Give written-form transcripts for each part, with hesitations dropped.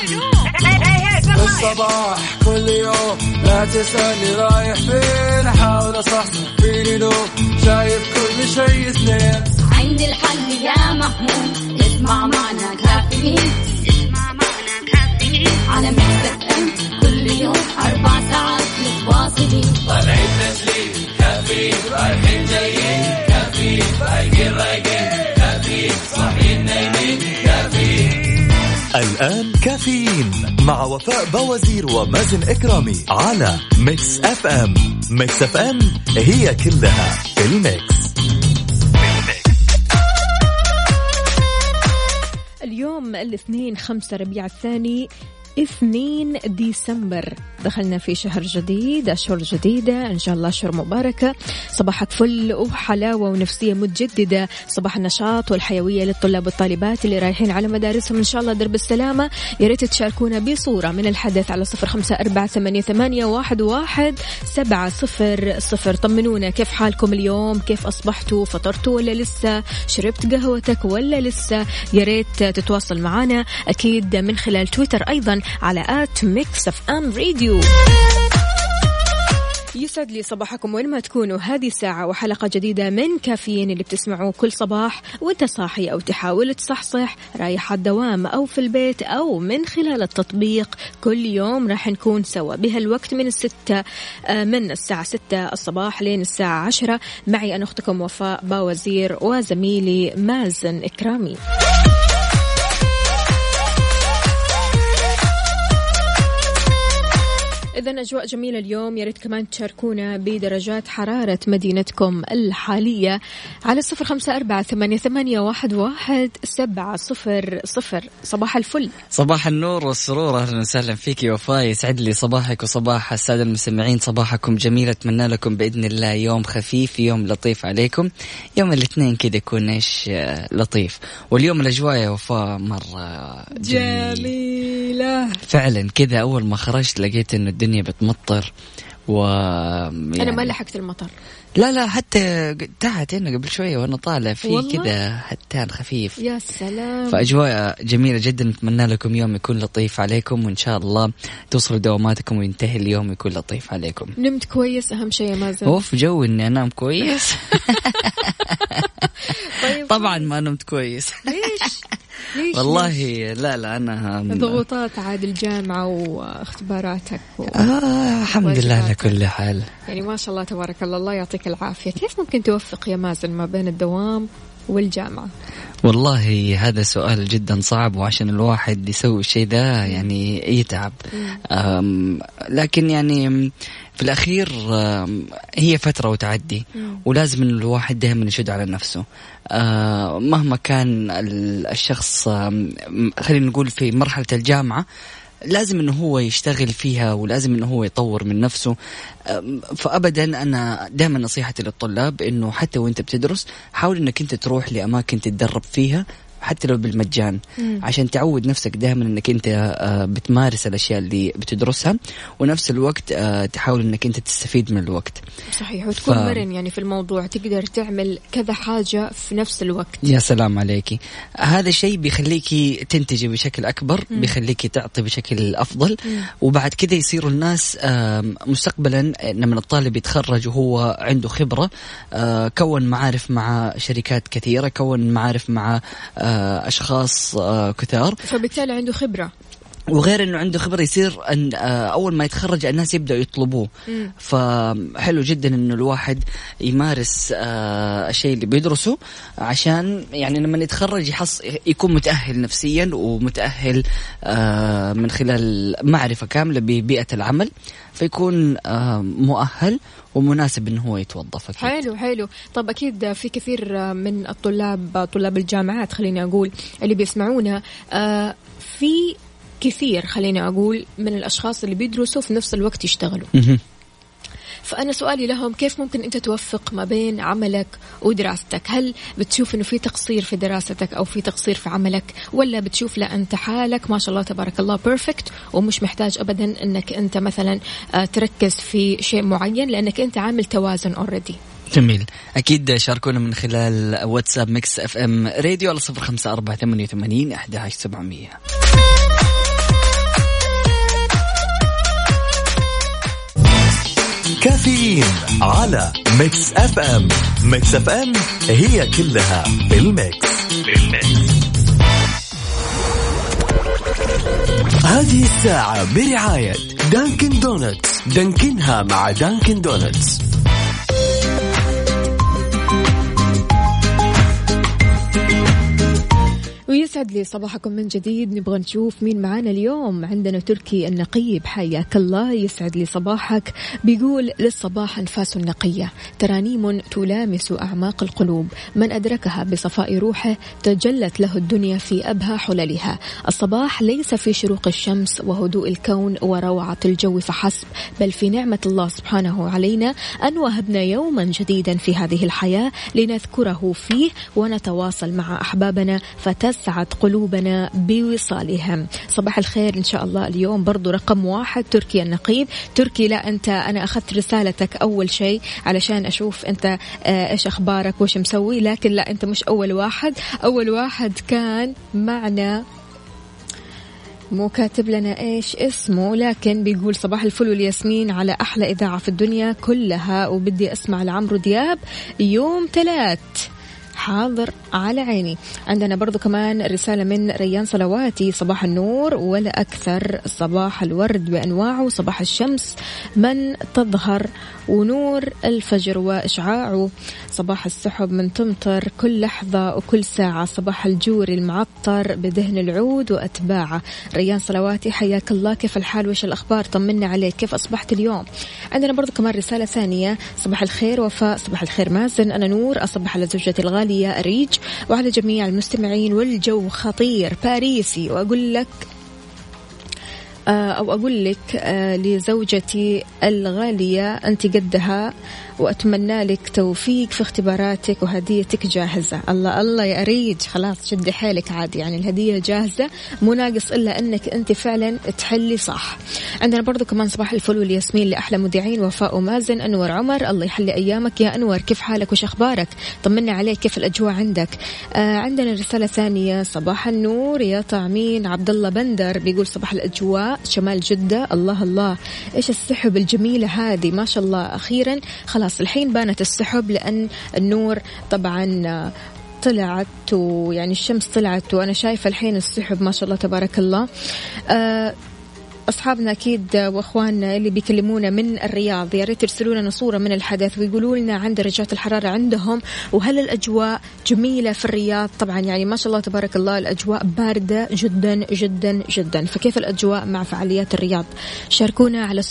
الصباح كل يوم لا تسألني رايح فين، أحاول أصحصح فيني لو شايف كل شيء سنين. عندي الحل يا محمود، اسمع معنا كافيين، اسمع معنا كافيين على ميكس اف ام كل يوم 4 ساعات متواصلين. طالعين تسليم كافيين، رايحين جايين كافيين، رايقين كافيين، صاحيين نايمين كافيين. الآن كافيين مع وفاء بوازير ومازن إكرامي على ميكس اف ام. ميكس اف ام هي كلها الميكس. اليوم الاثنين 5 ربيع الثاني 2 ديسمبر، دخلنا في شهر جديد، أشهر جديدة إن شاء الله، أشهر مباركة. صباحك فل وحلاوة ونفسية متجددة، صباح النشاط والحيوية للطلاب والطالبات اللي رايحين على مدارسهم إن شاء الله درب السلامة. يا ريت تشاركونا بصورة من الحدث على 0548811700. طمنونا كيف حالكم اليوم، كيف أصبحتوا، فطرتوا ولا لسه، شربت قهوتك ولا لسه. يا ريت تتواصل معنا أكيد من خلال تويتر أيضا على @mixfmradio. يسعد لي صباحكم وين ما تكونوا. هذه ساعة وحلقة جديدة من كافيين اللي بتسمعوه كل صباح وانت صاحي أو تحاول تصحصح، رايح على الدوام أو في البيت أو من خلال التطبيق. كل يوم راح نكون سوا بهالوقت من الساعة 6 الصباح لين الساعة 10. معي أنا أختكم وفاء باوزير وزميلي مازن إكرامي. إذن أجواء جميلة اليوم. يا ريت كمان تشاركونا بدرجات حرارة مدينتكم الحالية على 0548811700. صباح الفل، صباح النور والسرور، أهلا وسهلا فيك وفاء. يسعد لي صباحك وصباح السادة المستمعين، صباحكم جميل. أتمنى لكم بإذن الله يوم خفيف، يوم لطيف عليكم. يوم الاثنين كده يكون إيش لطيف، واليوم الأجواء يا وفاء مرة جميلة فعلا. كذا أول ما خرجت لقيت إنه الدنيا بتمطر يعني أنا ما لحقت المطر. لا حتى تحت هنا قبل شوية وأنا طالع في كذا حتى خفيف. يا سلام، فأجواء جميلة جدا. نتمنى لكم يوم يكون لطيف عليكم، وإن شاء الله توصلوا دواماتكم وينتهي اليوم يكون لطيف عليكم. نمت كويس أهم شيء يا مازن. أوف، جو إني أنام كويس. طيب طبعا ما نمت كويس. ليش والله لا أنا ضغوطات عاد الجامعة واختباراتك الحمد لله على كل حال. يعني ما شاء الله تبارك الله، الله يعطيك العافية. كيف ممكن توفق يا مازن ما بين الدوام والجامعة؟ والله هذا سؤال جدا صعب، وعشان الواحد يسوي الشيء ده يعني يتعب. لكن يعني في الأخير هي فترة وتعدي، ولازم إن الواحد دائما يشد على نفسه. مهما كان الشخص، خلينا نقول في مرحلة الجامعة، لازم إنه هو يشتغل فيها، ولازم إنه هو يطور من نفسه. فأبدا أنا دائما نصيحتي للطلاب إنه حتى وإنت بتدرس حاول إنك أنت تروح لأماكن تتدرب فيها حتى لو بالمجان، عشان تعود نفسك دائما انك انت بتمارس الاشياء اللي بتدرسها، ونفس الوقت تحاول انك انت تستفيد من الوقت. صحيح، وتكون مرن يعني في الموضوع، تقدر تعمل كذا حاجة في نفس الوقت. يا سلام عليكي، هذا الشيء بيخليكي تنتجي بشكل اكبر، بيخليكي تعطي بشكل افضل. وبعد كده يصيروا الناس مستقبلا لما الطالب يتخرج وهو عنده خبرة، كون معارف مع شركات كثيرة، كون معارف مع أشخاص كثار، فبالتالي عنده خبرة. وغير أنه عنده خبرة يصير أن أول ما يتخرج الناس يبدأوا يطلبوه. فحلو جدا أنه الواحد يمارس الشيء اللي بيدرسه، عشان يعني لما يتخرج يكون متأهل نفسيا ومتأهل من خلال معرفة كاملة ببيئة العمل، فيكون مؤهل ومناسب إنه هو يتوظف. أكيد. حلو. طب أكيد في كثير من طلاب الجامعات، خليني أقول اللي بيسمعونا، في كثير خليني أقول من الأشخاص اللي بيدرسوا في نفس الوقت يشتغلوا. فأنا سؤالي لهم، كيف ممكن أنت توفق ما بين عملك ودراستك؟ هل بتشوف أنه في تقصير في دراستك أو في تقصير في عملك، ولا بتشوف لا أنت حالك ما شاء الله تبارك الله بيرفكت ومش محتاج أبدا أنك أنت مثلا تركز في شيء معين لأنك أنت عامل توازن أوريدي؟ جميل. أكيد شاركونا من خلال واتساب ميكس اف ام راديو على 0548811700. كافيين على ميكس اف ام. ميكس اف ام هي كلها بالميكس. هذه الساعة برعاية دانكن دونتس. دانكنها مع دانكن دونتس. ويسعد لي صباحكم من جديد. نبغى نشوف مين معانا اليوم. عندنا تركي النقيب، حياك الله، يسعد لي صباحك. بيقول للصباح أنفاس نقية، ترانيم تلامس أعماق القلوب، من أدركها بصفاء روحه تجلت له الدنيا في أبهى حللها. الصباح ليس في شروق الشمس وهدوء الكون وروعة الجو فحسب، بل في نعمة الله سبحانه علينا أن وهبنا يوما جديدا في هذه الحياة لنذكره فيه ونتواصل مع أحبابنا فتسعد قلوبنا بوصالهم. صباح الخير إن شاء الله. اليوم برضو رقم 1 تركي النقيب. تركي، لا أنا أخذت رسالتك أول شيء علشان أشوف أنت إيش أخبارك وش مسوي، لكن لا، أنت مش أول واحد. أول واحد كان معنا مو كاتب لنا إيش اسمه، لكن بيقول صباح الفل والياسمين على أحلى إذاعة في الدنيا كلها، وبدي أسمع لعمرو دياب يوم 3. حاضر على عيني. عندنا برضو كمان رسالة من ريان صلواتي، صباح النور ولا أكثر، صباح الورد بأنواعه، صباح الشمس من تظهر ونور الفجر وإشعاعه، صباح السحب من تمطر كل لحظة وكل ساعة، صباح الجور المعطر بدهن العود وأتباعه. ريان صلواتي حياك الله، كيف الحال وش الأخبار؟ طمنا عليك، كيف أصبحت اليوم؟ عندنا برضو كمان رسالة ثانية، صباح الخير وفاء، صباح الخير مازن، أنا نور، أصبح على زوجتي الغالية أريج وعلى جميع المستمعين، والجو خطير باريسي، وأقول لك لزوجتي الغالية أنت قدها، وأتمنى لك توفيق في اختباراتك وهديتك جاهزة. الله الله يا أريج، خلاص شدي حيلك عادي، يعني الهدية جاهزة، مو ناقص إلا أنك أنت فعلا تحلي صح. عندنا برضو كمان صباح الفل والياسمين لأحلى مذيعين، وفاء ومازن، أنور عمر، الله يحلي أيامك يا أنور، كيف حالك وش أخبارك؟ طمنا عليك، كيف الأجواء عندك؟ عندنا رسالة ثانية، صباح النور يا طعمين، عبد الله بندر بيقول صباح الأجواء شمال جدة، الله الله إيش السحب الجميلة هذه، ما شاء الله، أخيرا خلاص الحين بانت السحب، لأن النور طبعا طلعت، ويعني الشمس طلعت، وأنا شايفة الحين السحب ما شاء الله تبارك الله. أصحابنا أكيد وأخواننا اللي بيكلمونا من الرياض، يا ريت يرسلوا لنا صورة من الحدث ويقولوا لنا عن درجات الحرارة عندهم، وهل الأجواء جميلة في الرياض؟ طبعا يعني ما شاء الله تبارك الله الأجواء باردة جدا جدا جدا، فكيف الأجواء مع فعاليات الرياض؟ شاركونا على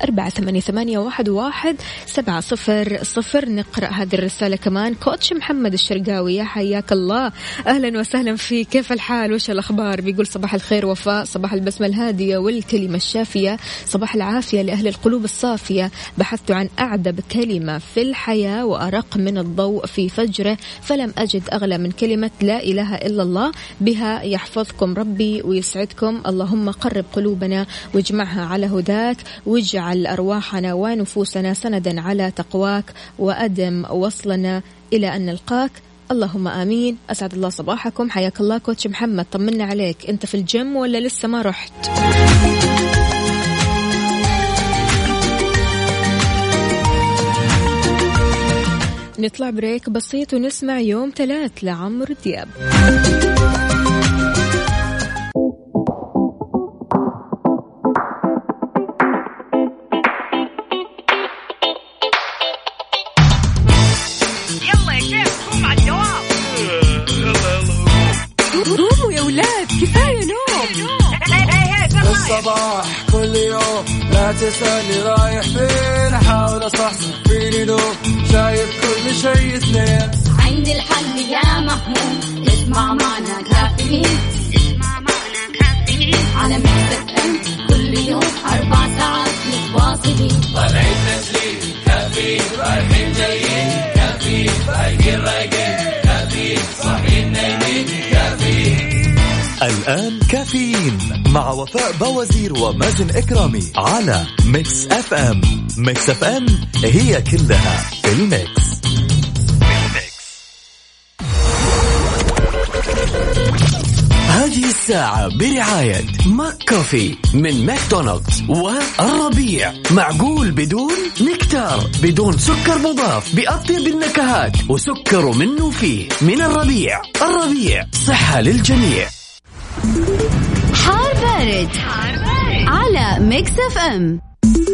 0548811700. نقرأ هذه الرسالة كمان. كوتش محمد الشرقاوي، يا حياك الله، أهلا وسهلا فيك، كيف الحال وش الأخبار؟ بيقول صباح الخير وفاء، صباح البسمة الهادية والكلمة الشافية، صباح العافية لأهل القلوب الصافية، بحثت عن أعذب كلمة في الحياة وأرق من الضوء في فجره، فلم أجد أغلى من كلمة لا إله إلا الله، بها يحفظكم ربي ويسعدكم، اللهم قرب قلوبنا واجمعها على هداك، واجعل أرواحنا ونفوسنا سندا على تقواك، وأدم وصلنا إلى أن نلقاك، اللهم آمين. أسعد الله صباحكم، حياك الله كوتش محمد، طمنا عليك، أنت في الجيم ولا لسه ما رحت؟ نطلع بريك بسيط ونسمع يوم 3 لعمرو دياب. يلا يا شيخ قوم على الدوام. قوموا يا ولاد، كفاية نوم. الصباح كل يوم لا تسألني رايح فين، أحاول أصحصح فيني نوم، شايف كل شيء اثنين، عندي الحل يا محمود، اسمع معنا كافيين، على ميكس اف ام كل يوم 4 ساعات متواصلين، طالعين تسليم كافيين، رايحين جايين كافيين، رايقين رايقين كافيين، صاحيين نايمين كافيين. الآن كافيين مع وفاء بوازير ومازن إكرامي على ميكس اف ام. ميكس اف ام هي كلها الميكس. هذه الساعة برعاية ماك كوفي من ماكدونالدز والربيع. معقول بدون نكتار، بدون سكر مضاف، بأطيب النكهات وسكر منه فيه. من الربيع. الربيع صحة للجميع. حار بارد على ميكس اف ام.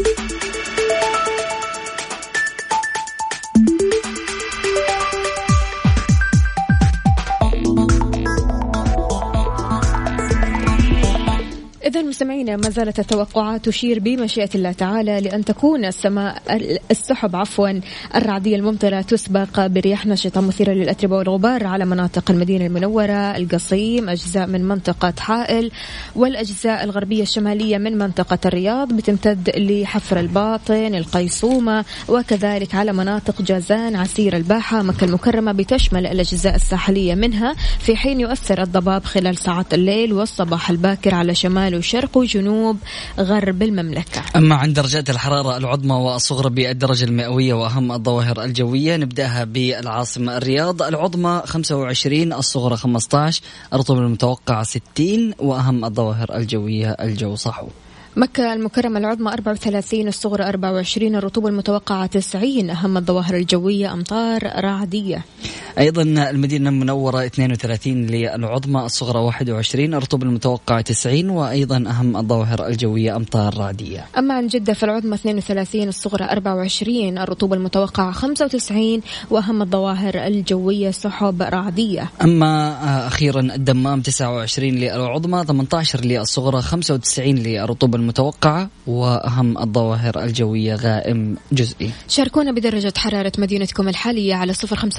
إذا مستمعينا، ما زالت التوقعات تشير بمشيئة الله تعالى لأن تكون السحب الرعدية الممطرة تسبق برياح نشطة مثيرة للأتربة والغبار على مناطق المدينة المنورة، القصيم، أجزاء من منطقة حائل، والأجزاء الغربية الشمالية من منطقة الرياض، بتمتد لحفر الباطن، القيصومة، وكذلك على مناطق جازان، عسير، الباحة، مكة المكرمة، بتشمل الأجزاء الساحلية منها، في حين يؤثر الضباب خلال ساعات الليل والصباح الباكر على شمال وشرق وجنوب غرب المملكة. أما عند درجات الحرارة العظمى والصغرى بالدرجة المئوية وأهم الظواهر الجوية، نبدأها بالعاصمة الرياض. العظمى 25، الصغرى 15، الرطوبة المتوقعة 60، وأهم الظواهر الجوية الجو صحو. مكة المكرمة العظمى 34، الصغرى 24، الرطوبة المتوقعة 90، أهم الظواهر الجوية أمطار رعدية. أيضا المدينة المنورة 32 للعظمى، الصغرى 21، الرطوبة المتوقعة 90، وأيضا أهم الظواهر الجوية أمطار رعدية. أما عن جدة فالعظمى 32، الصغرى 24، الرطوبة المتوقعة 95، وأهم الظواهر الجوية سحب رعدية. أما أخيرا الدمام 29 للعظمى، 18 للصغرى، 95 للرطوبة المتوقعة، وأهم الظواهر الجوية غائم جزئي. شاركونا بدرجة حرارة مدينتكم الحالية على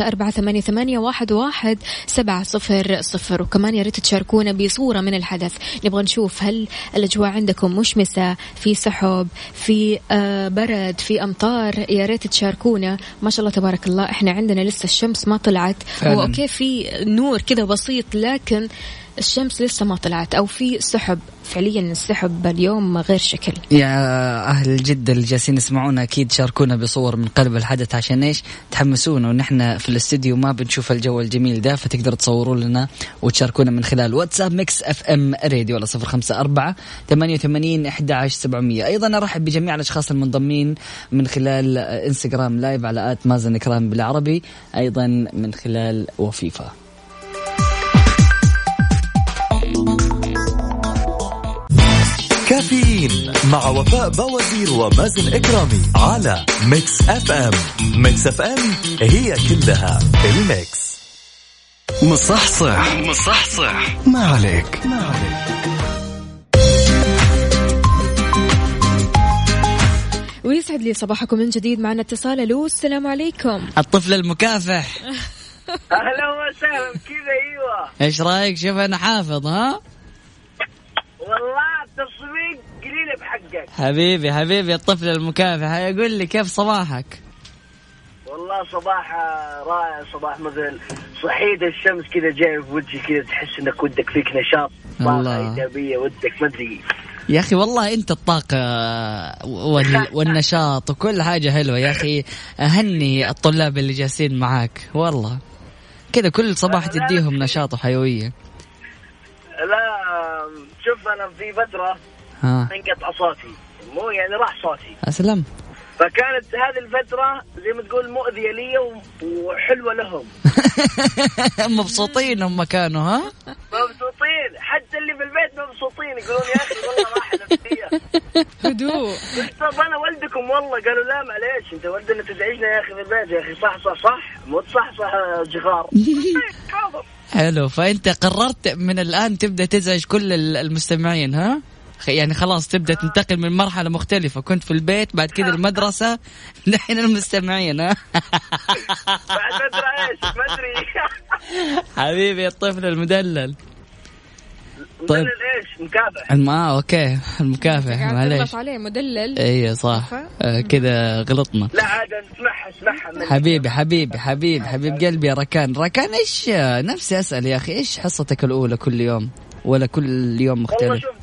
0548811700، وكمان يا ريت تشاركونا بصورة من الحدث. نبغى نشوف هل الأجواء عندكم مشمسة، في سحب، في برد، في أمطار. يا ريت تشاركونا. ما شاء الله تبارك الله احنا عندنا لسه الشمس ما طلعت. هو أوكي في نور كده بسيط لكن الشمس لسه ما طلعت أو في سحب. فعليا السحب اليوم غير شكل. يا أهل جدة اللي جالسين يسمعونا أكيد شاركونا بصور من قلب الحدث عشان إيش تحمسونا، ونحن في الاستديو ما بنشوف الجو الجميل ده، فتقدر تصوروا لنا وتشاركونا من خلال واتساب ميكس اف ام راديو على 0548811700. أيضا أرحب بجميع الأشخاص المنضمين من خلال انستغرام لايف على @مازن إكرام بالعربي، أيضا من خلال وفيفا. كافيين مع وفاء بوازير ومازن إكرامي على ميكس اف ام. ميكس اف ام هي كلها الميكس. مصحصح ما عليك. ويسعد لي صباحكم من جديد. معنا اتصال. الو السلام عليكم. الطفل المكافح. اهلا وسهلا كذا. ايوه ايش رايك؟ شوف انا حافظ. ها والله التصوير قليل بحقك. حبيبي الطفل المكافح. يقول لي كيف صباحك؟ والله صباح رائع، صباح مثل صحيد الشمس كذا جاي في وجهي كذا، تحس انك ودك فيك نشاط، طاقة ايجابية، ودك ما ادري يا اخي. والله انت الطاقة والنشاط وكل حاجة حلوة يا اخي. اهني الطلاب اللي جالسين معاك والله كذا كل صباح تديهم نشاط وحيوية. لا شوف انا في فترة انقطع صوتي، مو يعني راح صوتي اسلم، فكانت هذه الفترة زي ما تقول مؤذية لي وحلوة لهم. مبسوطين هم كانوا. ها مبسوطين، حتى اللي في البيت مبسوطين، يقولون يا أخي والله راحة نفسية هدوء. طب أنا ولدكم والله. قالوا لا معليش أنت ولدنا تزعجنا يا أخي في البيت يا أخي. صح مو صح جغار. حلو. فأنت قررت من الآن تبدأ تزعج كل المستمعين. ها يعني خلاص تبدأ تنتقل من مرحلة مختلفة. كنت في البيت، بعد كده المدرسة، دحين المستمعين. ها بعد مدرسة إيش ما أدري. حبيبي الطفل المدلل. طيب إيش مكافح؟ أوكي المكافح معليش عليه مدلل. إيه صح. كده غلطنا. لا عاد اسمعها حبيب قلبي يا ركان إيش نفسي أسأل يا أخي، إيش حصتك الأولى كل يوم ولا كل يوم مختلف؟ والله شوف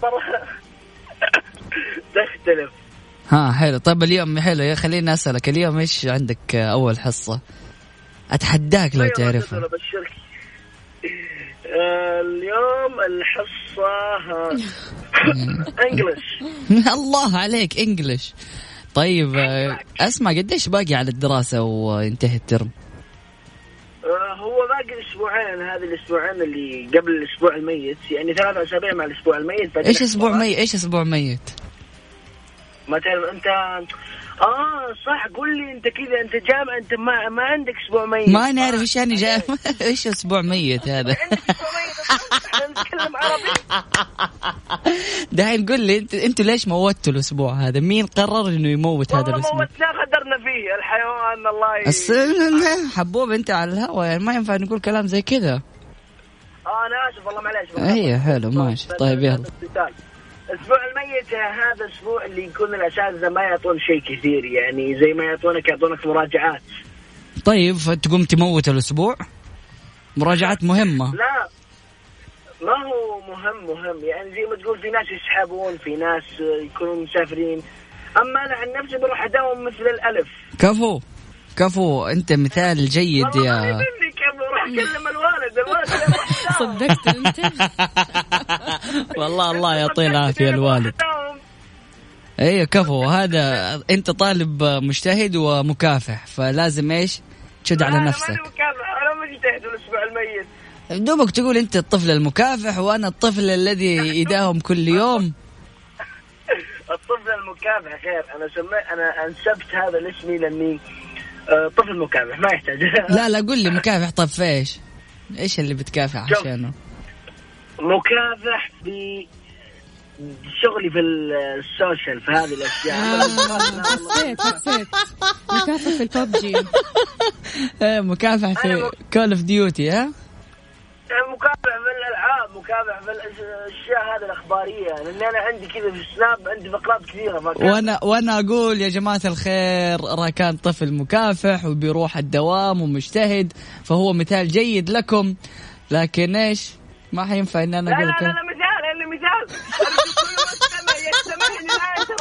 تختلف. حلو. طيب اليوم حلو. خليني أسألك اليوم إيش عندك أول حصة؟ أتحداك لو تعرفها. اليوم الحصة انجلش. الله عليك انجلش. طيب اسمع، قديش باقي على الدراسة وينتهي الترم؟ هو باقي اسبوعين، هذه الاسبوعين اللي قبل الاسبوع الميت، يعني 3 أسابيع مع الاسبوع الميت. ايش اسبوع ميت؟ ايش اسبوع ميت؟ ما تعرف انت؟ صح، قول لي انت كذا، انت جامعة، انت ما عندك اسبوع ميت. ما نعرف ايش يعني جامعة. ايش اسبوع ميت هذا؟ نتكلم عربي. دحين قل لي انتوا ليش موتوا الاسبوع هذا؟ مين قرر انه يموت هذا الاسبوع؟ موتنا، قدرنا فيه الحيوان. الله حبوب انت على الهواء، يعني ما ينفع نقول كلام زي كذا. انا اسف والله، معليش. اي حلو ماشي. طيب يلا. الاسبوع الميت هذا الاسبوع اللي يكون الاساتذه ما يعطون شيء كثير، يعني زي ما يعطونك مراجعات. طيب فتقوم تموت الاسبوع؟ مراجعات مهمه. لا ما هو مهم، يعني زي ما تقول في ناس يسحبون، في ناس يكونوا مسافرين، اما انا عن نفسي بروح اداوم مثل الالف. كفو انت مثال جيد يا روح اكلم الوالد صدقت انت. والله الله يعطيه العافيه الوالد. ايه كفو، هذا انت طالب مجتهد ومكافح، فلازم ايش تشد على نفسك. انا مجتهد الاسبوع الميت. دوبك تقول انت الطفل المكافح وانا الطفل الذي يداوم كل يوم. الطفل المكافح خير. انا انسبت هذا الاسم لاني طفل مكافح، ما يحتاج. لا قل لي مكافح. طب فيش ايش اللي بتكافح عشانه؟ مكافح في شغلي في السوشيال، في هذه الاشياء. حسيت مكافح في الببجي. مكافح في كول اوف ديوتي. مكافح في الالعاب، مكافح في الاشياء هذه الاخباريه، لان انا عندي كذا في السناب عندي فقرات كثيره. وانا اقول يا جماعه الخير، راكان طفل مكافح وبيروح الدوام ومجتهد، فهو مثال جيد لكم. لكن ايش ما حينفع ان انا اقول لا مثال يستمعني.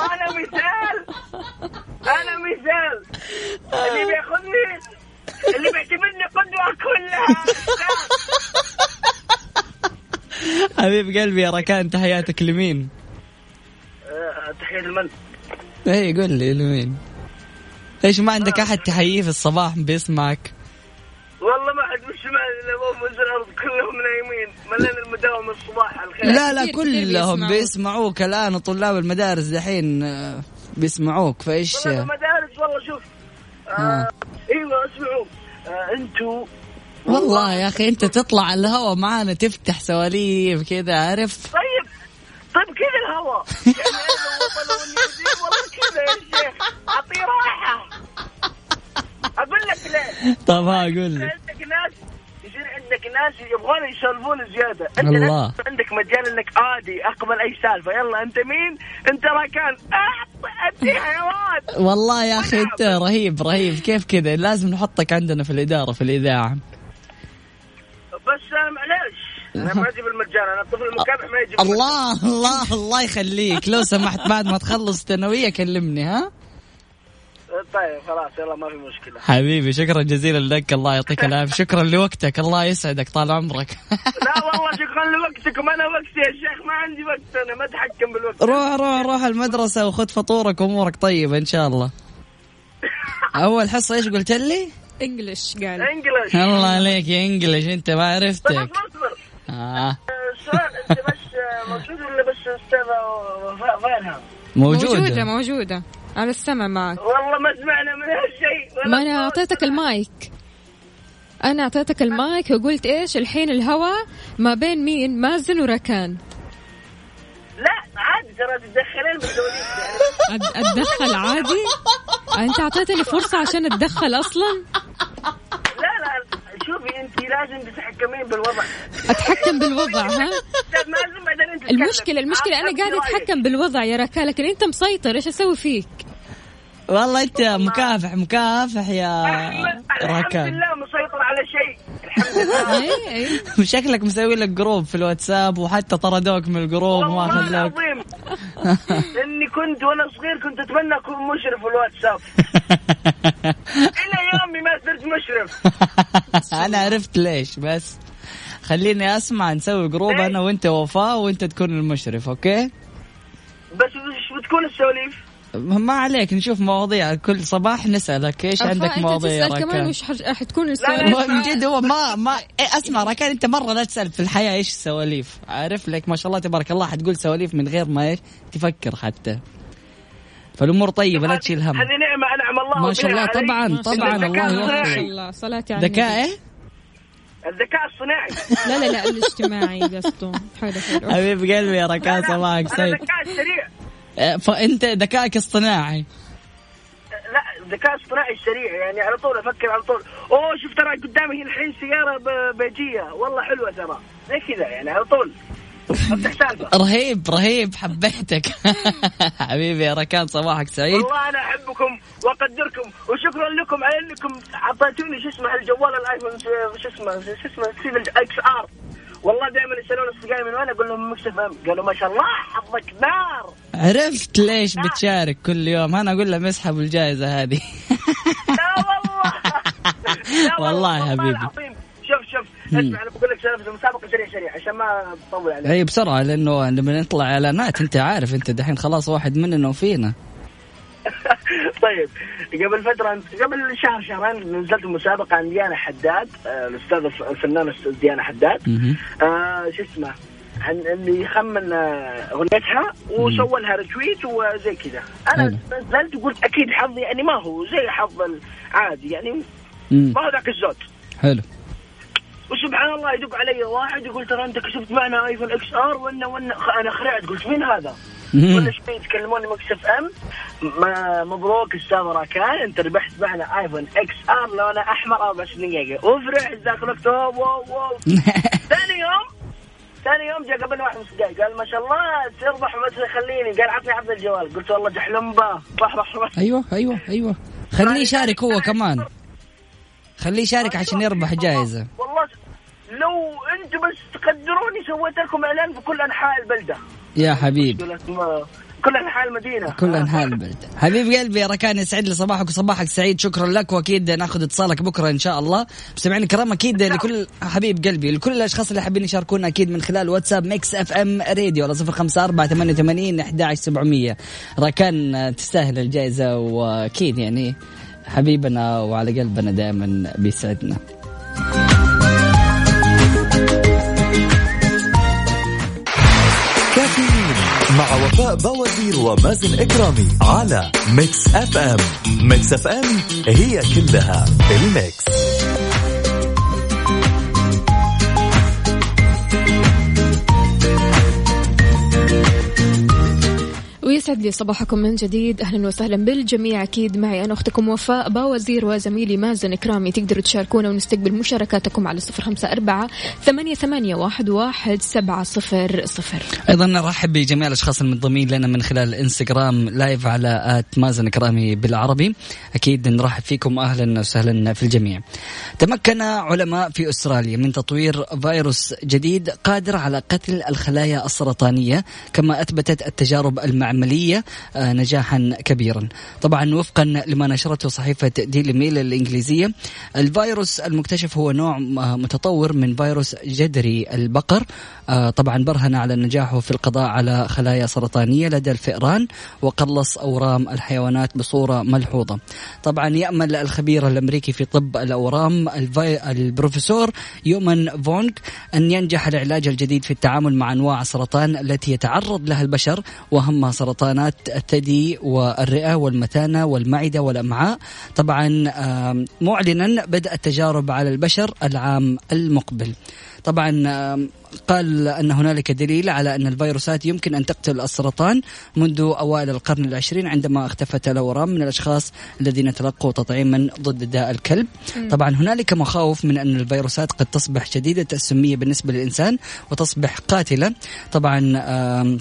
انا مثال اللي بياخذني، اللي بيعتبرني قدوة كلها. حبيب قلبي يا ركان، تحياتك لمين؟ تحيات المن. ايه قول لي لمين؟ ايش ما عندك احد تحييه في الصباح بيسمعك؟ والله ما حد بيسمعني، لو في الارض كلهم نايمين، ملان المداوم الصباح الخير. لا كلهم بيسمعوك الان، وطلاب المدارس دحين بيسمعوك. فايش والله المدارس والله شوف ايوه اسمعوا انتوا. والله يا اخي انت تطلع على الهواء معانا تفتح سواليف كذا، عارف؟ طيب كذا الهواء يعني والله كذا يا شيخ، اعطيه راحه. اقول لك ليه. طب قول لي. عندك ناس يبغون يسولفون زياده، انت الله. عندك مجال انك عادي اقبل اي سالفه. يلا انت مين؟ انت راكان ادي حيوان. والله يا اخي انت رهيب. كيف كذا؟ لازم نحطك عندنا في الاداره في الاذاعه. بس معليش انا ما اجيب المجال، انا الطفل المكافح ما يجيب. الله يخليك، لو سمحت بعد ما تخلص الثانويه كلمني. طيب خلاص يلا ما في مشكلة حبيبي، شكرا جزيلا لك، الله يعطيك العافية. شكرا لوقتك، الله يسعدك، طال عمرك. لا والله شكرا لوقتكم، أنا وقتي يا شيخ ما عندي وقت، أنا ما أتحكم بالوقت. روح المدرسة وخذ فطورك وأمورك طيبة إن شاء الله. أول حصة إيش قلت لي؟ إنجليش قال. إنجليش. الله عليك يا إنجليش، أنت ما عرفتك. السؤال أنت بس موجود ولا بس أستاذة فينها؟ موجودة على السمع معك. والله ما سمعنا من هالشيء. ما أنا أعطيتك المايك وقلت إيش الحين الهوا ما بين مين؟ مازن وركان. لا عادي ترى تتدخلين بالدوليس يعني. أتدخل عادي؟ أنت أعطيتني فرصة عشان أتدخل أصلا؟ لا شوفي أنت لازم تتحكمين بالوضع. أتحكم بالوضع ها؟ المشكلة أنا قاعدة أتحكم بالوضع يا ركان، لكن أنت مسيطر. إيش أسوي فيك؟ والله أنت مكافح يا الحمد ركان. لله مسيطر على شيء الحمد لله. شكلك مسوي لك جروب في الواتساب وحتى طردوك من الجروب وما خلاك. إني كنت وأنا صغير كنت أتمنى أكون مشرف في الواتساب. إلى يومي ما صرت مشرف. أنا عرفت ليش، بس خليني أسمع، نسوي جروب أنا وأنت وفاء وأنت تكون المشرف. أوكي بس وش بتكون السواليف؟ ما عليك، نشوف مواضيع كل صباح نسألك إيش عندك مواضيع. ركان كمان وش حتكون السواليف؟ من جد هو ما أسمع ركان، أنت مرة لا تسأل في الحياة إيش السواليف، عارف لك ما شاء الله تبارك الله حتقول سواليف من غير ما إيش تفكر حتى. فالأمور طيبة لا تشيل هم. هذه نعمة أنعم الله ما شاء الله. طبعا الله ما شاء الله. صلاة على ذكاء إيه؟ الذكاء الصناعي. لا الاجتماعي قصده. حبيب قلبي يا ركان صباحك سعيد. الذكاء السريع. فأنت ذكائك اصطناعي. لا الذكاء الصناعي السريع، يعني على طول أفكر على طول. أوه شوف ترى قدامي الحين سيارة بيجية والله حلوة ترى زي كذا، يعني على طول أفتح سالفة. رهيب حبيتك. حبيبي يا ركان صباحك سعيد. والله أنا أحبكم وأقدركم وشكرا لكم على أنكم عطيتوني شو اسمه الجوال الآيفون شو اسمه سيد اكس ار. والله دائما يسألون أصدقائي من وين، أقول لهم مكس اف ام، قالوا ما شاء الله حظك نار. عرفت ليش بتشارك كل يوم؟ أنا أقول لهم اسحبوا الجائزة هذه. لا والله. والله يا حبيبي. شوف اسمع، أنا بقول لك سالفة المسابقة سريع عشان ما تطول عليك. أي بسرعة، لأنه لما نطلع إعلانات أنت عارف أنت دحين خلاص واحد مننا وفينا. طيب قبل شهرين نزلت مسابقة عن ديانا حداد، الأستاذ الفنانة ديانا حداد. شو اسمه عن اللي يخمن أغنيتها وسوى لها ريتويت وزي كذا. أنا نزلت وقلت أكيد حظي يعني ما هو زي حظ العادي، يعني ما هو ذاك الزود. حلو. وسبحان الله يدق علي واحد يقول ترى أنت كسبت معنا آيفون إكس آر. وأنا أنا خرعت قلت مين هذا؟ كل شوي يتكلموني مكس اف ام. مبروك استاذ راكان، انت ربحت معنا ايفون اكس ار لونه احمر 24 جيجا. وفرح ذاك الوقت واو. ثاني يوم جاء قبل 1 دقائق قال ما شاء الله تربح وما تخليني، قال عطني الجوال. قلت والله جحلم به. راح. ايوه خليه يشارك هو كمان، خليه يشارك عشان يربح جائزة. والله لو انتم بس تقدروني سويت لكم اعلان في كل انحاء البلدة يا حبيب، كل انحاء المدينه، كل انحاء البلد. حبيب قلبي يا ركان، يسعد لي صباحك وصباحك سعيد. شكرا لك، واكيد ناخذ اتصالك بكره ان شاء الله. مستمعين الكرام اكيد لكل حبيب قلبي لكل الاشخاص اللي حابين يشاركونا اكيد من خلال واتساب ميكس اف ام راديو على 0548811700. ركان تستاهل الجائزه، واكيد يعني حبيبنا وعلى قلبنا دائما بيسعدنا. مع وفاء بوازير ومازن إكرامي على ميكس اف ام. ميكس اف ام هي كلها بالميكس. ويسعد لي صباحكم من جديد. أهلا وسهلا بالجميع. أكيد معي أنا أختكم وفاء باوزير وزميلي مازن إكرامي. تقدروا تشاركونا ونستقبل مشاركاتكم على 0548811700. أيضا نرحب بجميع الأشخاص المنضمين لنا من خلال الإنستغرام لايف على @مازن إكرامي بالعربي. أكيد نرحب فيكم، أهلا وسهلا في الجميع. تمكن علماء في أستراليا من تطوير فيروس جديد قادر على قتل الخلايا السرطانية، كما أثبتت التجارب المعملية نجاحا كبيرا. طبعا وفقا لما نشرته صحيفة ديلي ميل الإنجليزية، الفيروس المكتشف هو نوع متطور من فيروس جدري البقر. طبعا برهن على نجاحه في القضاء على خلايا سرطانية لدى الفئران وقلص أورام الحيوانات بصورة ملحوظة. طبعا يأمل الخبير الأمريكي في طب الأورام البروفيسور يومان فونغ أن ينجح العلاج الجديد في التعامل مع أنواع السرطان التي يتعرض لها البشر، وأهمها سرطانات الثدي والرئة والمثانة والمعدة والأمعاء. طبعا معلنا بدء التجارب على البشر العام المقبل. طبعا قال أن هنالك دليل على أن الفيروسات يمكن أن تقتل السرطان منذ أوائل القرن العشرين، عندما اختفت الأورام من الأشخاص الذين تلقوا تطعيما ضد داء الكلب. طبعا هنالك مخاوف من أن الفيروسات قد تصبح شديدة السمية بالنسبة للإنسان وتصبح قاتلة. طبعا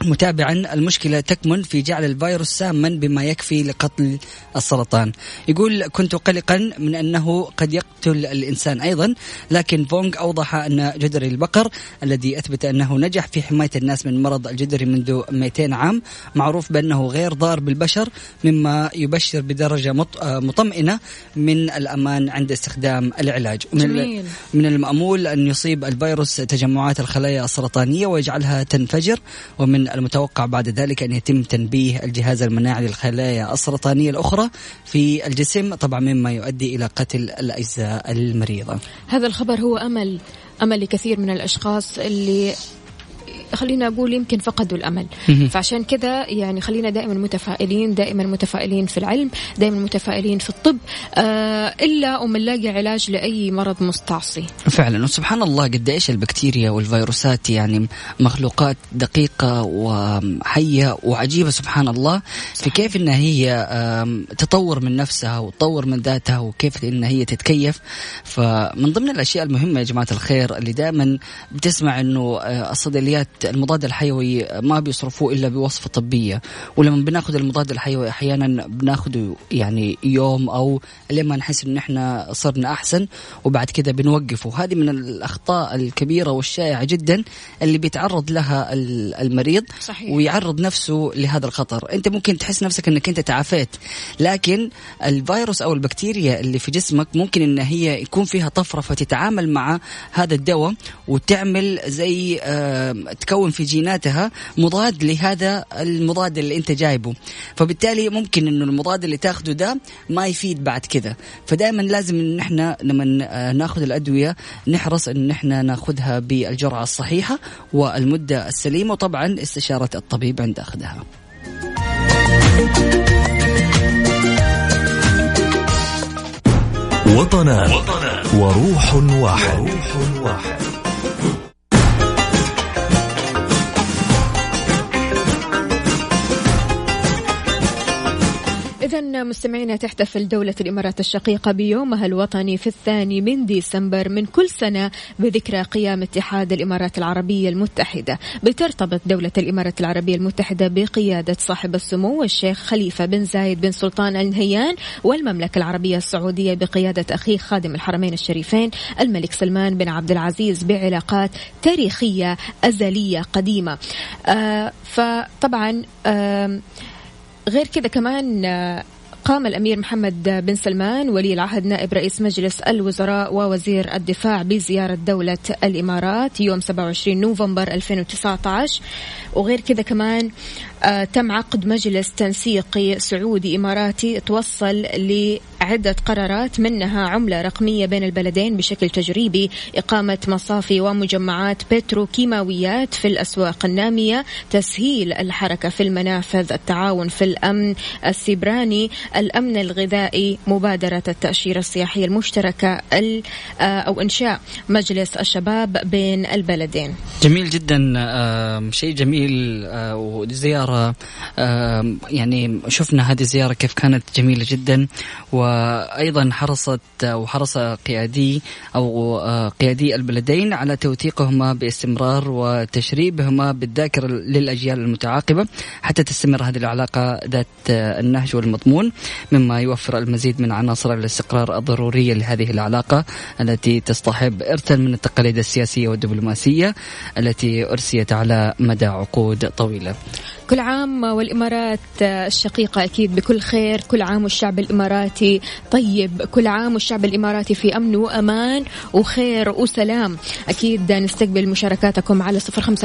متابعا المشكلة تكمن في جعل الفيروس ساما بما يكفي لقتل السرطان. يقول كنت قلقا من أنه قد يقتل الإنسان أيضا، لكن فونغ أوضح أن جدري البقر الذي أثبت أنه نجح في حماية الناس من مرض الجدري منذ 200 عام معروف بأنه غير ضار بالبشر، مما يبشر بدرجة مطمئنة من الأمان عند استخدام العلاج. من المأمول أن يصيب الفيروس تجمعات الخلايا السرطانية ويجعلها تنفجر، ومن المتوقع بعد ذلك أن يتم تنبيه الجهاز المناعي للخلايا السرطانية الأخرى في الجسم، طبعا مما يؤدي إلى قتل الأجزاء المريضة. هذا الخبر هو أمل لكثير من الأشخاص اللي خلينا أقول يمكن فقدوا الأمل. فعشان كذا يعني خلينا دائما متفائلين في العلم، دائما متفائلين في الطب، إلا ومنلاقي علاج لأي مرض مستعصي فعلا. وسبحان الله قد إيش البكتيريا والفيروسات يعني مخلوقات دقيقة وحية وعجيبة سبحان الله، في كيف إن هي تطور من نفسها وتطور من ذاتها وكيف إن هي تتكيف. فمن ضمن الأشياء المهمة يا جماعة الخير اللي دائما بتسمع إنه الصيدليات المضاد الحيوي ما بيصرفوه إلا بوصفة طبية، ولما بناخد المضاد الحيوي أحيانا بناخده يعني يوم أو لما نحس إن إحنا صرنا أحسن وبعد كده بنوقفه. هذه من الأخطاء الكبيرة والشائعة جدا اللي بيتعرض لها المريض. صحيح. ويعرض نفسه لهذا الخطر. أنت ممكن تحس نفسك إنك أنت تعافيت، لكن الفيروس أو البكتيريا اللي في جسمك ممكن إن هي يكون فيها طفرة فتتعامل مع هذا الدواء وتعمل زي تكون في جيناتها مضاد لهذا المضاد اللي انت جايبه، فبالتالي ممكن انه المضاد اللي تاخده ده ما يفيد بعد كده. فدائما لازم ان احنا لما ناخذ الادويه نحرص ان احنا ناخذها بالجرعه الصحيحه والمده السليمه، وطبعا استشاره الطبيب عند اخذها. وطنان وروح واحد. إذن مستمعينا، تحتفل دولة الإمارات الشقيقة بيومها الوطني في 2 من ديسمبر من كل سنة بذكرى قيام اتحاد الإمارات العربية المتحدة. بترتبط دولة الإمارات العربية المتحدة بقيادة صاحب السمو الشيخ خليفة بن زايد بن سلطان آل نهيان، والمملكة العربية السعودية بقيادة أخيه خادم الحرمين الشريفين الملك سلمان بن عبد العزيز بعلاقات تاريخية أزلية قديمة. فطبعا غير كذا كمان قام الأمير محمد بن سلمان ولي العهد نائب رئيس مجلس الوزراء ووزير الدفاع بزيارة دولة الإمارات يوم 27 نوفمبر 2019. وغير كذا كمان تم عقد مجلس تنسيقي سعودي إماراتي توصل لعدة قرارات، منها عملة رقمية بين البلدين بشكل تجريبي، إقامة مصافي ومجمعات بتروكيماويات في الأسواق النامية، تسهيل الحركة في المنافذ، التعاون في الأمن السيبراني، الأمن الغذائي، مبادرة التأشيرة السياحية المشتركة أو إنشاء مجلس الشباب بين البلدين. جميل جدا، شيء جميل. وزيارة يعني شفنا هذه الزيارة كيف كانت جميلة جدا، وأيضا حرص قيادي البلدين على توثيقهما باستمرار وتشريبهما بالذاكرة للأجيال المتعاقبة حتى تستمر هذه العلاقة ذات النهج والمضمون، مما يوفر المزيد من عناصر الاستقرار الضرورية لهذه العلاقة التي تصطحب إرثا من التقاليد السياسية والدبلوماسية التي أرسيت على مدى عقود طويلة. كل عام والإمارات الشقيقة أكيد بكل خير، كل عام والشعب الإماراتي طيب، كل عام والشعب الإماراتي في أمن وأمان وخير وسلام. أكيد نستقبل مشاركاتكم على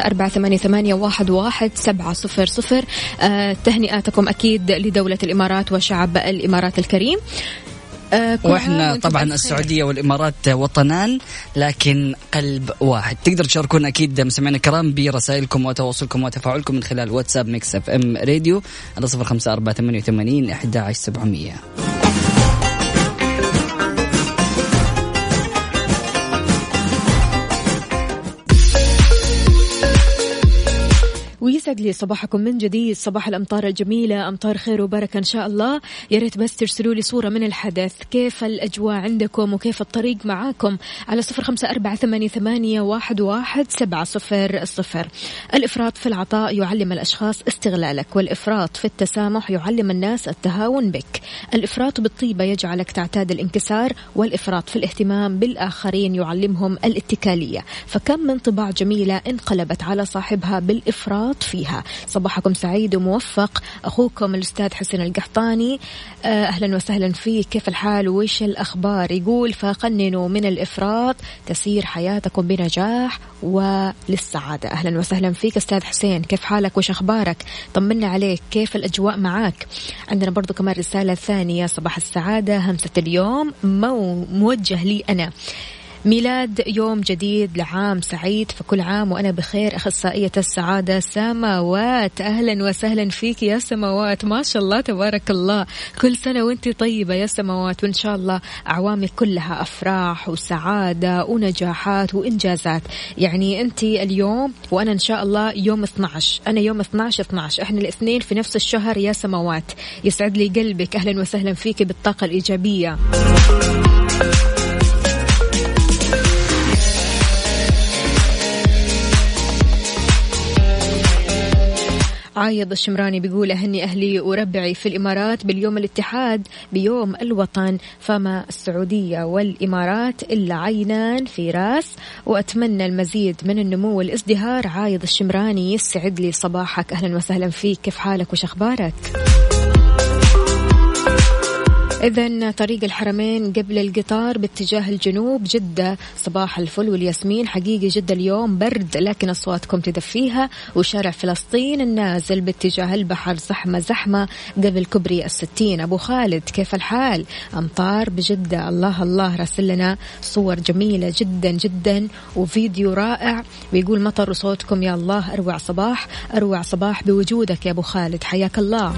0548811700. تهنئاتكم أكيد لدولة الإمارات وشعب الإمارات الكريم. وإحنا طبعا السعودية والإمارات وطنان لكن قلب واحد. تقدر تشاركونا أكيد مستمعينا الكرام برسائلكم وتواصلكم وتفاعلكم من خلال واتساب ميكس اف ام راديو على 0548811700. ويسعد لي لي صباحكم من جديد، صباح الأمطار الجميلة، أمطار خير وبركة إن شاء الله. يا ريت بس ترسلوا لي صورة من الحدث، كيف الأجواء عندكم وكيف الطريق معاكم على 0548811700. الإفراط في العطاء يعلم الأشخاص استغلالك، والإفراط في التسامح يعلم الناس التهاون بك. الإفراط بالطيبة يجعلك تعتاد الانكسار، والإفراط في الاهتمام بالآخرين يعلمهم الاتكالية. فكم من طباع جميلة انقلبت على صاحبها بالإفراط فيها. صباحكم سعيد وموفق، أخوكم الأستاذ حسين القحطاني. أهلا وسهلا فيك، كيف الحال وإيش الأخبار؟ يقول فقننوا من الإفراط تسير حياتكم بنجاح وللسعادة. أهلا وسهلا فيك أستاذ حسين، كيف حالك وإيش أخبارك؟ طمنا عليك، كيف الأجواء معاك؟ عندنا برضو كمان رسالة ثانية، صباح السعادة، همسة اليوم موجه لي أنا، ميلاد يوم جديد لعام سعيد، فكل عام وأنا بخير. أخصائية السعادة سماوات، أهلا وسهلا فيك يا سماوات، ما شاء الله تبارك الله، كل سنة وانتي طيبة يا سماوات، وإن شاء الله أعوامك كلها أفراح وسعادة ونجاحات وإنجازات. يعني أنتي اليوم وأنا إن شاء الله يوم 12، أنا يوم 12 إحنا الاثنين في نفس الشهر يا سماوات، يسعد لي قلبك، أهلا وسهلا فيك بالطاقة الإيجابية. عايض الشمراني بيقول أهني أهلي وربعي في الإمارات باليوم الاتحاد بيوم الوطن، فما السعودية والإمارات إلا عينان في راس، وأتمنى المزيد من النمو والازدهار. عايض الشمراني يسعد لي صباحك، أهلا وسهلا فيك، كيف حالك وش أخبارك؟ إذن طريق الحرمين قبل القطار باتجاه الجنوب جدة، صباح الفل والياسمين. حقيقي جدة اليوم برد لكن أصواتكم تدفيها. وشارع فلسطين النازل باتجاه البحر زحمة قبل كبري 60. أبو خالد كيف الحال؟ أمطار بجدة، الله الله، راسل لنا صور جميلة جدا جدا وفيديو رائع، ويقول مطر وصوتكم يا الله، أروع صباح، أروع صباح بوجودك يا أبو خالد، حياك الله.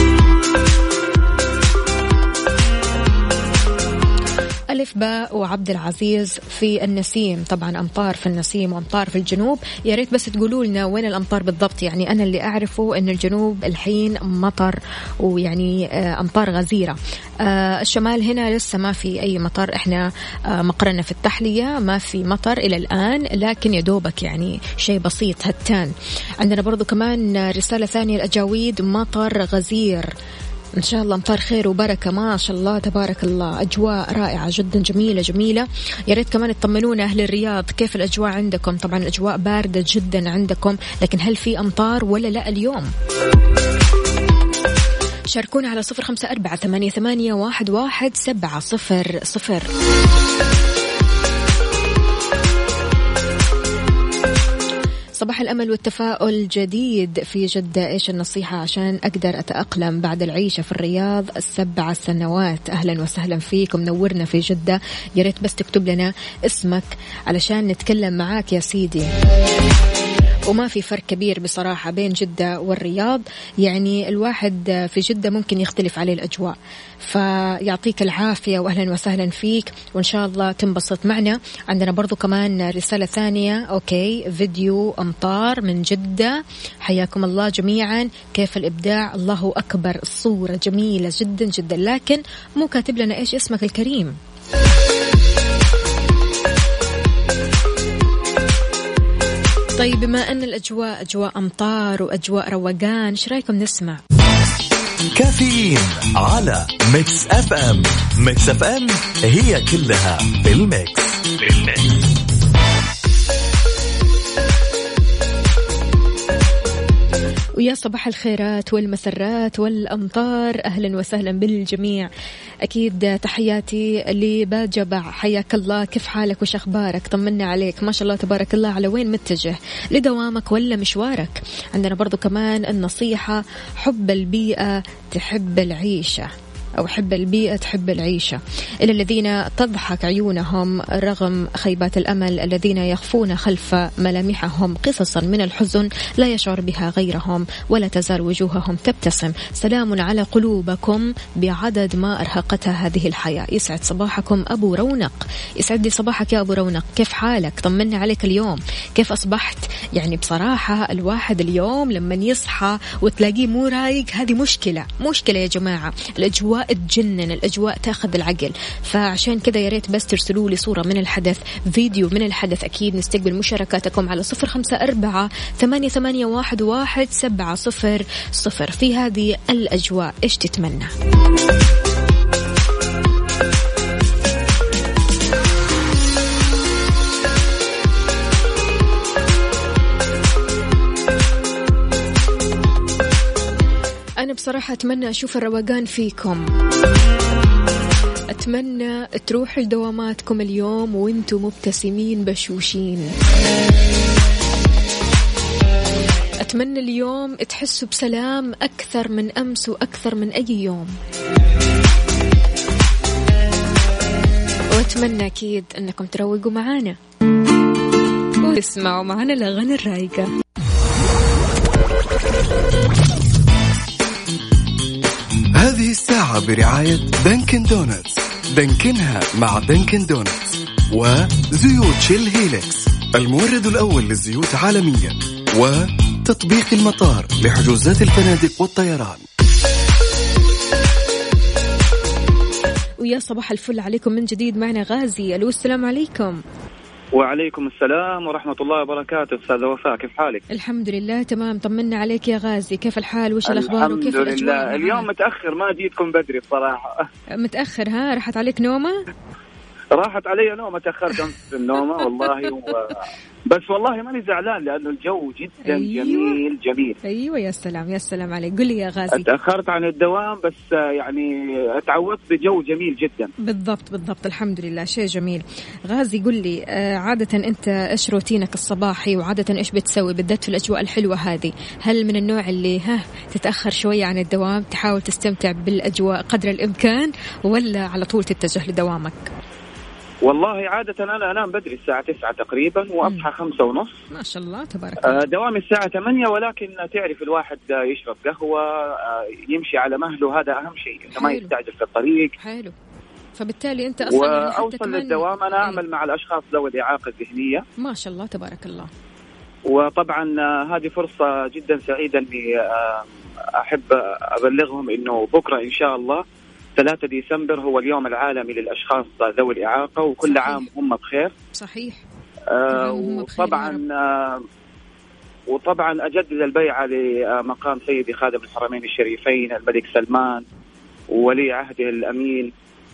ألف باء وعبد العزيز في النسيم، طبعا أمطار في النسيم وأمطار في الجنوب. يا ريت بس تقولوا لنا وين الأمطار بالضبط، يعني أنا اللي أعرفه أن الجنوب الحين مطر ويعني أمطار غزيرة. الشمال هنا لسه ما في أي مطر، إحنا مقرنا في التحلية ما في مطر إلى الآن، لكن يدوبك يعني شيء بسيط هتان. عندنا برضو كمان رسالة ثانية، الأجاويد مطر غزير، إن شاء الله أمطار خير وبركة، ما شاء الله تبارك الله، أجواء رائعة جدا جميلة جميلة. يا ريت كمان تطمنونا أهل الرياض كيف الأجواء عندكم؟ طبعا الأجواء باردة جدا عندكم، لكن هل في أمطار ولا لا اليوم؟ شاركونا على 0548811700. صباح الأمل والتفاؤل جديد في جدة، إيش النصيحة عشان أقدر أتأقلم بعد العيشة في الرياض 7 سنوات؟ أهلا وسهلا فيكم، نورنا في جدة. يا ريت بس تكتب لنا اسمك علشان نتكلم معاك يا سيدي. وما في فرق كبير بصراحة بين جدة والرياض، يعني الواحد في جدة ممكن يختلف عليه الأجواء، فيعطيك العافية وأهلا وسهلا فيك، وإن شاء الله تنبسط معنا. عندنا برضو كمان رسالة ثانية، أوكي، فيديو أمطار من جدة، حياكم الله جميعا، كيف الإبداع، الله أكبر، الصورة جميلة جدا جدا، لكن مو كاتب لنا إيش اسمك الكريم. طيب بما أن الأجواء أجواء أمطار وأجواء روقان، إيش رأيكم نسمع كافيين على ميكس اف ام؟ ميكس اف ام هي كلها بالميكس. ويا صباح الخيرات والمسرات والأمطار، أهلا وسهلا بالجميع. أكيد تحياتي لباجبع، حياك الله، كيف حالك وش أخبارك؟ طمنا عليك، ما شاء الله تبارك الله، على وين متجه؟ لدوامك ولا مشوارك؟ عندنا برضو كمان النصيحة، حب البيئة تحب العيشة. أو حب البيئة تحب العيشة. إلى الذين تضحك عيونهم رغم خيبات الأمل، الذين يخفون خلف ملامحهم قصصا من الحزن لا يشعر بها غيرهم، ولا تزال وجوههم تبتسم. سلام على قلوبكم بعدد ما أرهقتها هذه الحياة. يسعد صباحكم أبو رونق. يسعد لي صباحك يا أبو رونق، كيف حالك؟ طمنا عليك اليوم، كيف أصبحت؟ يعني بصراحة الواحد اليوم لما يصحى وتلاقيه مو رايق هذه مشكلة يا جماعة. الأجواء تجنن، الأجواء تاخذ العقل. فعشان كذا يا ريت بس ترسلوا لي صورة من الحدث، فيديو من الحدث. أكيد نستقبل مشاركاتكم على 0548811700. في هذه الأجواء إيش تتمنى؟ أنا بصراحة أتمنى أشوف الروقان فيكم، أتمنى تروحوا لدواماتكم اليوم وانتم مبتسمين بشوشين. أتمنى اليوم تحسوا بسلام أكثر من أمس وأكثر من أي يوم. وأتمنى أكيد أنكم تروقوا معانا وتسمعوا معانا الأغاني الرايقة. هذه الساعة برعاية دانكن دونتس، دانكنها مع دانكن دونتس، وزيوت شيل هيلكس المورد الأول للزيوت عالميا، وتطبيق المطار لحجوزات الفنادق والطيران. ويا صباح الفل عليكم من جديد، معنا غازي. ألو السلام عليكم. وعليكم السلام ورحمة الله وبركاته. أستاذة وفاء كيف حالك؟ الحمد لله تمام، طمنا عليك يا غازي، كيف الحال وش الأخبار وكيف الأجواء؟ الحمد لله. اليوم متأخر، ما جيتكم بدري بصراحة. متأخر؟ ها راحت عليك نومة؟ راحت علي نومة، تأخرت أمس النومة والله بس والله ماني زعلان لأنه الجو جدا جميل. أيوة يا سلام يا سلام عليك. قل لي يا غازي. تأخرت عن الدوام بس يعني اتعودت بجو جميل جدا. بالضبط الحمد لله، شيء جميل. غازي قل لي عادة أنت إيش روتينك الصباحي، وعادة إيش بتسوي بالذات في الأجواء الحلوة هذه؟ هل من النوع اللي تتأخر شوية عن الدوام، تحاول تستمتع بالأجواء قدر الإمكان، ولا على طول تتجه لدوامك؟ والله عادة أنا أنام بدري الساعة 9 تقريبا وأصحى 5:30. ما شاء الله تبارك الله. دوامي الساعة 8، ولكن تعرف الواحد يشرب قهوة، يمشي على مهله، هذا أهم شيء، إنه ما يستعجل في الطريق. حلو. فبالتالي أنت أصلا وأوصل للدوام أنا أعمل مع الأشخاص ذوي الإعاقة الذهنية. ما شاء الله تبارك الله. وطبعا هذه فرصة جدا سعيدة إني أحب أبلغهم إنه بكرة إن شاء الله 3 ديسمبر هو اليوم العالمي للأشخاص ذوي الإعاقة، وكل صحيح. عام هم بخير. صحيح. وطبعا أجدد البيعة لمقام سيدي خادم الحرمين الشريفين الملك سلمان وولي عهده الأمين.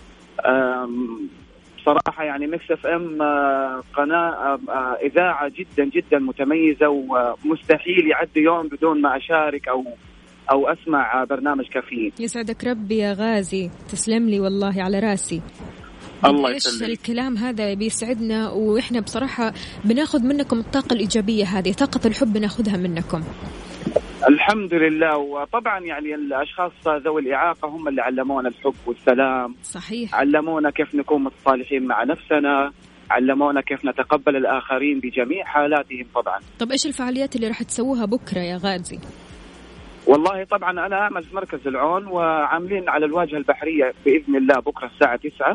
بصراحة يعني ميكس اف ام قناة إذاعة جدا جدا متميزة، ومستحيل يعدي يوم بدون ما أشارك أو أسمع برنامج كافيين. يسعدك ربي يا غازي، تسلم لي والله على راسي. الله إيش يسلمك. الكلام هذا بيسعدنا، وإحنا بصراحة بناخذ منكم الطاقة الإيجابية هذه، طاقة الحب بناخذها منكم. الحمد لله. وطبعا يعني الأشخاص ذوي الإعاقة هم اللي علمونا الحب والسلام. صحيح. علمونا كيف نكون متصالحين مع نفسنا، علمونا كيف نتقبل الآخرين بجميع حالاتهم. طبعا. طب إيش الفعاليات اللي راح تسووها بكرة يا غازي؟ والله طبعا أنا أعمل في مركز العون، وعاملين على الواجهة البحرية بإذن الله بكرة الساعة 9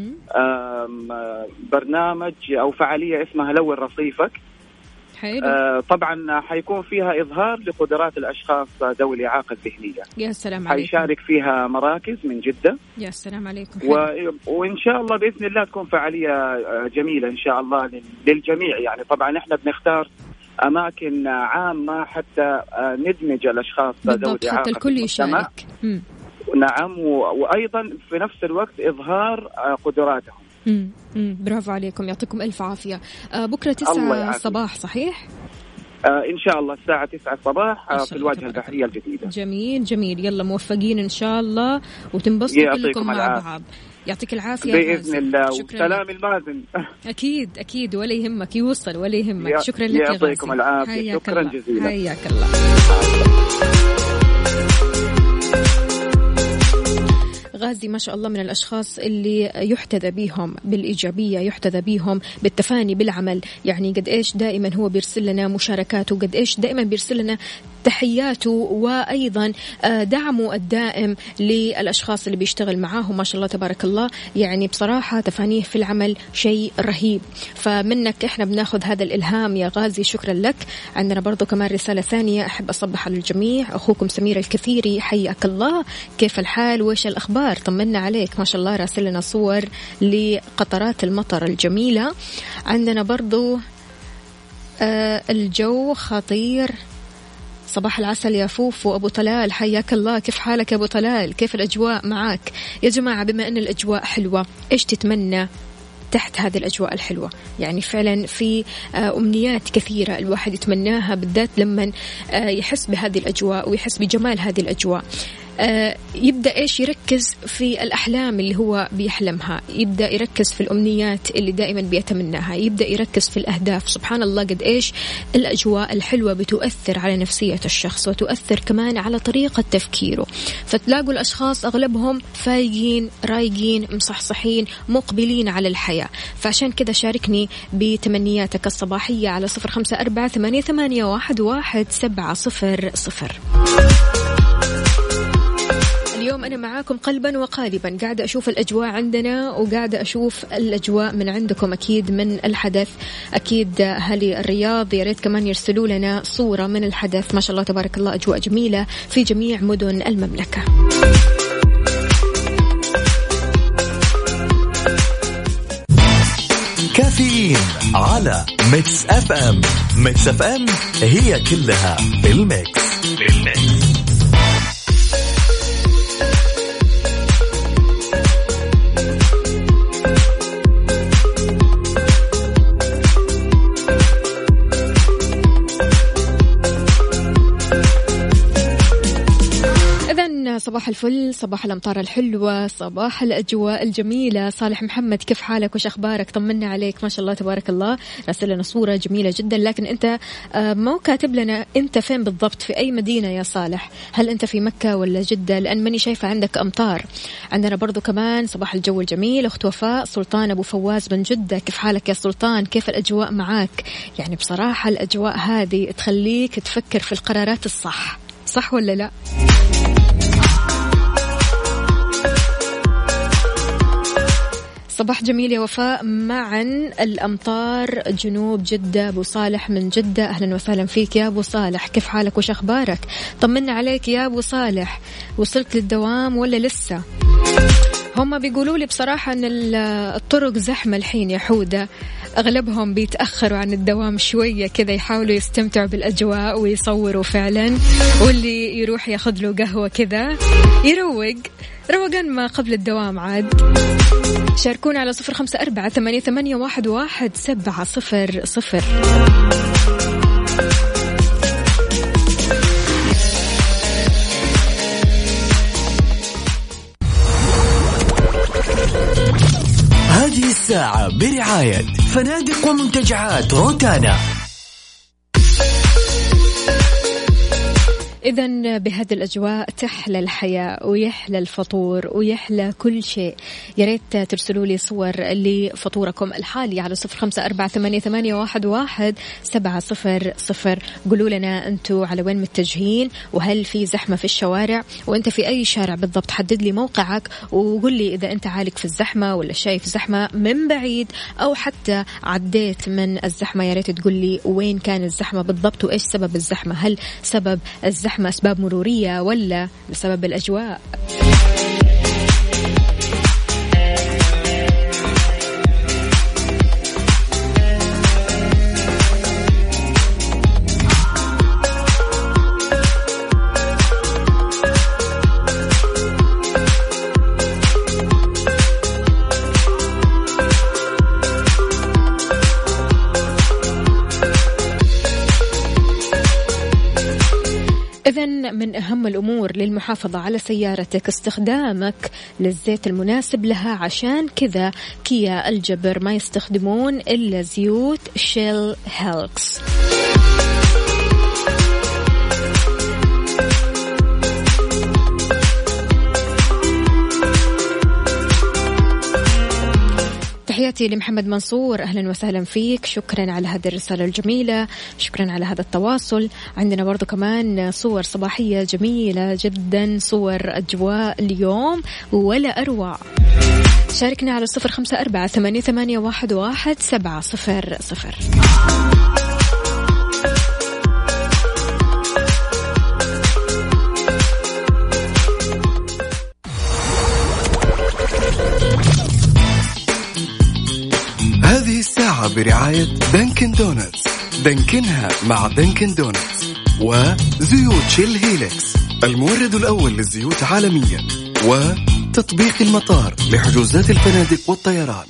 برنامج أو فعالية اسمها لون رصيفك. حلو. طبعا حيكون فيها إظهار لقدرات الأشخاص ذوي الإعاقة الذهنية. يا سلام عليكم. حيشارك فيها مراكز من جدة. يا سلام عليكم. وإن شاء الله بإذن الله تكون فعالية جميلة إن شاء الله للجميع. يعني طبعا إحنا بنختار أماكن عامة حتى ندمج الأشخاص ذوي الإعاقة حتى الكل يشارك. نعم. وأيضا في نفس الوقت إظهار قدراتهم. برافو عليكم، يعطيكم ألف عافية. بكرة 9 الصباح صحيح؟ إن شاء الله الساعة 9 الصباح في الواجهة البحرية الجديدة. جميل. يلا موفقين إن شاء الله، وتنبسطوا كلكم مع بعض. يعطيك العافية بإذن الله. وسلام المازن. أكيد ولا يهمك، يوصل ولا يهمك. شكرا لك يا غازي. يعطيكم العافية. شكرا جزيلا. حياك الله. غازي ما شاء الله من الأشخاص اللي يحتذى بيهم بالإيجابية، يحتذى بيهم بالتفاني بالعمل. يعني قد إيش دائما هو بيرسل لنا مشاركاته، قد إيش دائما بيرسل لنا تحياته، وأيضا دعمه الدائم للأشخاص اللي بيشتغل معاهم ما شاء الله تبارك الله. يعني بصراحة تفانيه في العمل شيء رهيب، فمنك إحنا بناخذ هذا الإلهام يا غازي، شكرا لك. عندنا برضو كمان رسالة ثانية، أحب أصبح على الجميع، أخوكم سمير الكثيري، حياك الله، كيف الحال وإيش الأخبار؟ طمنا عليك، ما شاء الله راسل لنا صور لقطرات المطر الجميلة. عندنا برضو الجو خطير، صباح العسل يا فوفو أبو طلال، حياك الله، كيف حالك يا أبو طلال؟ كيف الأجواء معك؟ يا جماعة بما أن الأجواء حلوة، إيش تتمنى تحت هذه الأجواء الحلوة؟ يعني فعلا في أمنيات كثيرة الواحد يتمناها، بالذات لما يحس بهذه الأجواء ويحس بجمال هذه الأجواء. يبدأ إيش يركز في الأحلام اللي هو بيحلمها، يبدأ يركز في الأمنيات اللي دائما بيتمناها، يبدأ يركز في الأهداف. سبحان الله قد إيش الأجواء الحلوة بتؤثر على نفسية الشخص وتؤثر كمان على طريقة تفكيره. فتلاقوا الأشخاص أغلبهم فايقين رايقين مصحصحين مقبلين على الحياة. فعشان كذا شاركني بتمنياتك الصباحية على 0548811700. اليوم أنا معاكم قلبا وقالبا، قاعدة أشوف الأجواء عندنا وقاعدة أشوف الأجواء من عندكم أكيد من الحدث. أكيد أهالي الرياض يا ريت كمان يرسلوا لنا صورة من الحدث، ما شاء الله تبارك الله أجواء جميلة في جميع مدن المملكة. كافيين على ميكس اف ام. ميكس اف ام هي كلها بالميكس. صباح الفل، صباح الأمطار الحلوة، صباح الأجواء الجميلة. صالح محمد كيف حالك وش أخبارك؟ طمنا عليك، ما شاء الله تبارك الله، راسل لنا صورة جميلة جدا. لكن أنت مو كاتب لنا أنت فين بالضبط، في أي مدينة يا صالح؟ هل أنت في مكة ولا جدة؟ لأن ماني شايفة عندك أمطار. عندنا برضو كمان صباح الجو الجميل، أخت وفاء سلطان أبو فواز من جدة، كيف حالك يا سلطان؟ كيف الأجواء معاك؟ يعني بصراحة الأجواء هذه تخليك تفكر في القرارات الصح، صح ولا لا؟ صباح جميل يا وفاء. معا الأمطار جنوب جدة، أبو صالح من جدة، أهلا وسهلا فيك يا أبو صالح، كيف حالك وش أخبارك؟ طمنا عليك يا أبو صالح، وصلت للدوام ولا لسه؟ هم بيقولوا لي بصراحة أن الطرق زحمة الحين يا حودة، أغلبهم بيتأخروا عن الدوام شوية كذا، يحاولوا يستمتعوا بالأجواء ويصوروا فعلا، واللي يروح ياخذ له قهوة كذا يروق روقان ما قبل الدوام. عاد شاركونا على 0548811700. هذه الساعة برعاية فنادق ومنتجعات روتانا. إذن بهذه الأجواء تحلى الحياة ويحلى الفطور ويحلى كل شيء. يا ريت ترسلوا لي صور لفطوركم الحالي على 0548811700. قولوا لنا أنتوا على وين متجهين، وهل في زحمة في الشوارع، وأنت في أي شارع بالضبط؟ حدد لي موقعك وقول لي إذا أنت عالق في الزحمة ولا شايف زحمة من بعيد، أو حتى عديت من الزحمة. يا ريت تقول لي وين كان الزحمة بالضبط وإيش سبب الزحمة، هل سبب الزحمة أسباب مرورية ولا بسبب الأجواء؟ إذن من أهم الأمور للمحافظة على سيارتك استخدامك للزيت المناسب لها. عشان كذا كيا الجبر ما يستخدمون إلا زيوت شيل هيلكس. تحياتي لمحمد منصور، أهلا وسهلا فيك، شكرا على هذه الرسالة الجميلة، شكرا على هذا التواصل. عندنا برضو كمان صور صباحية جميلة جدا، صور أجواء اليوم ولا أروع. شاركنا على 0548811700. هذه الساعة برعاية دانكن دونتس، دانكنها مع دانكن دونتس، وزيوت شيل هيلكس المورد الأول للزيوت عالميا، وتطبيق المطار لحجوزات الفنادق والطيران.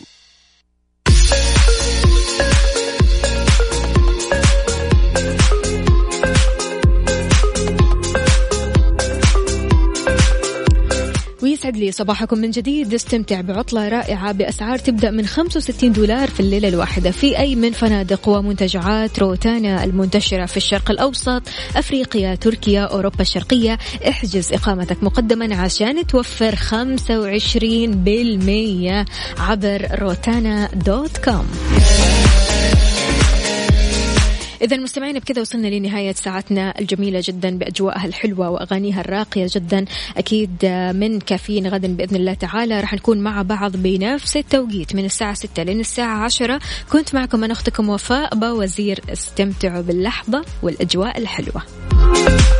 ويسعد لي صباحكم من جديد. استمتع بعطلة رائعة بأسعار تبدأ من $65 في الليلة الواحدة في أي من فنادق ومنتجعات روتانا المنتشرة في الشرق الأوسط، أفريقيا، تركيا، أوروبا الشرقية. احجز إقامتك مقدما عشان توفر 25% عبر rotana.com. إذا المستمعين بكذا وصلنا لنهاية ساعتنا الجميلة جدا بأجواءها الحلوة وأغانيها الراقية جدا. أكيد من كافيين غدا بإذن الله تعالى راح نكون مع بعض بنفس التوقيت من الساعة 6 لين الساعة 10. كنت معكم أنا أختكم وفاء باوزير. استمتعوا باللحظة والأجواء الحلوة.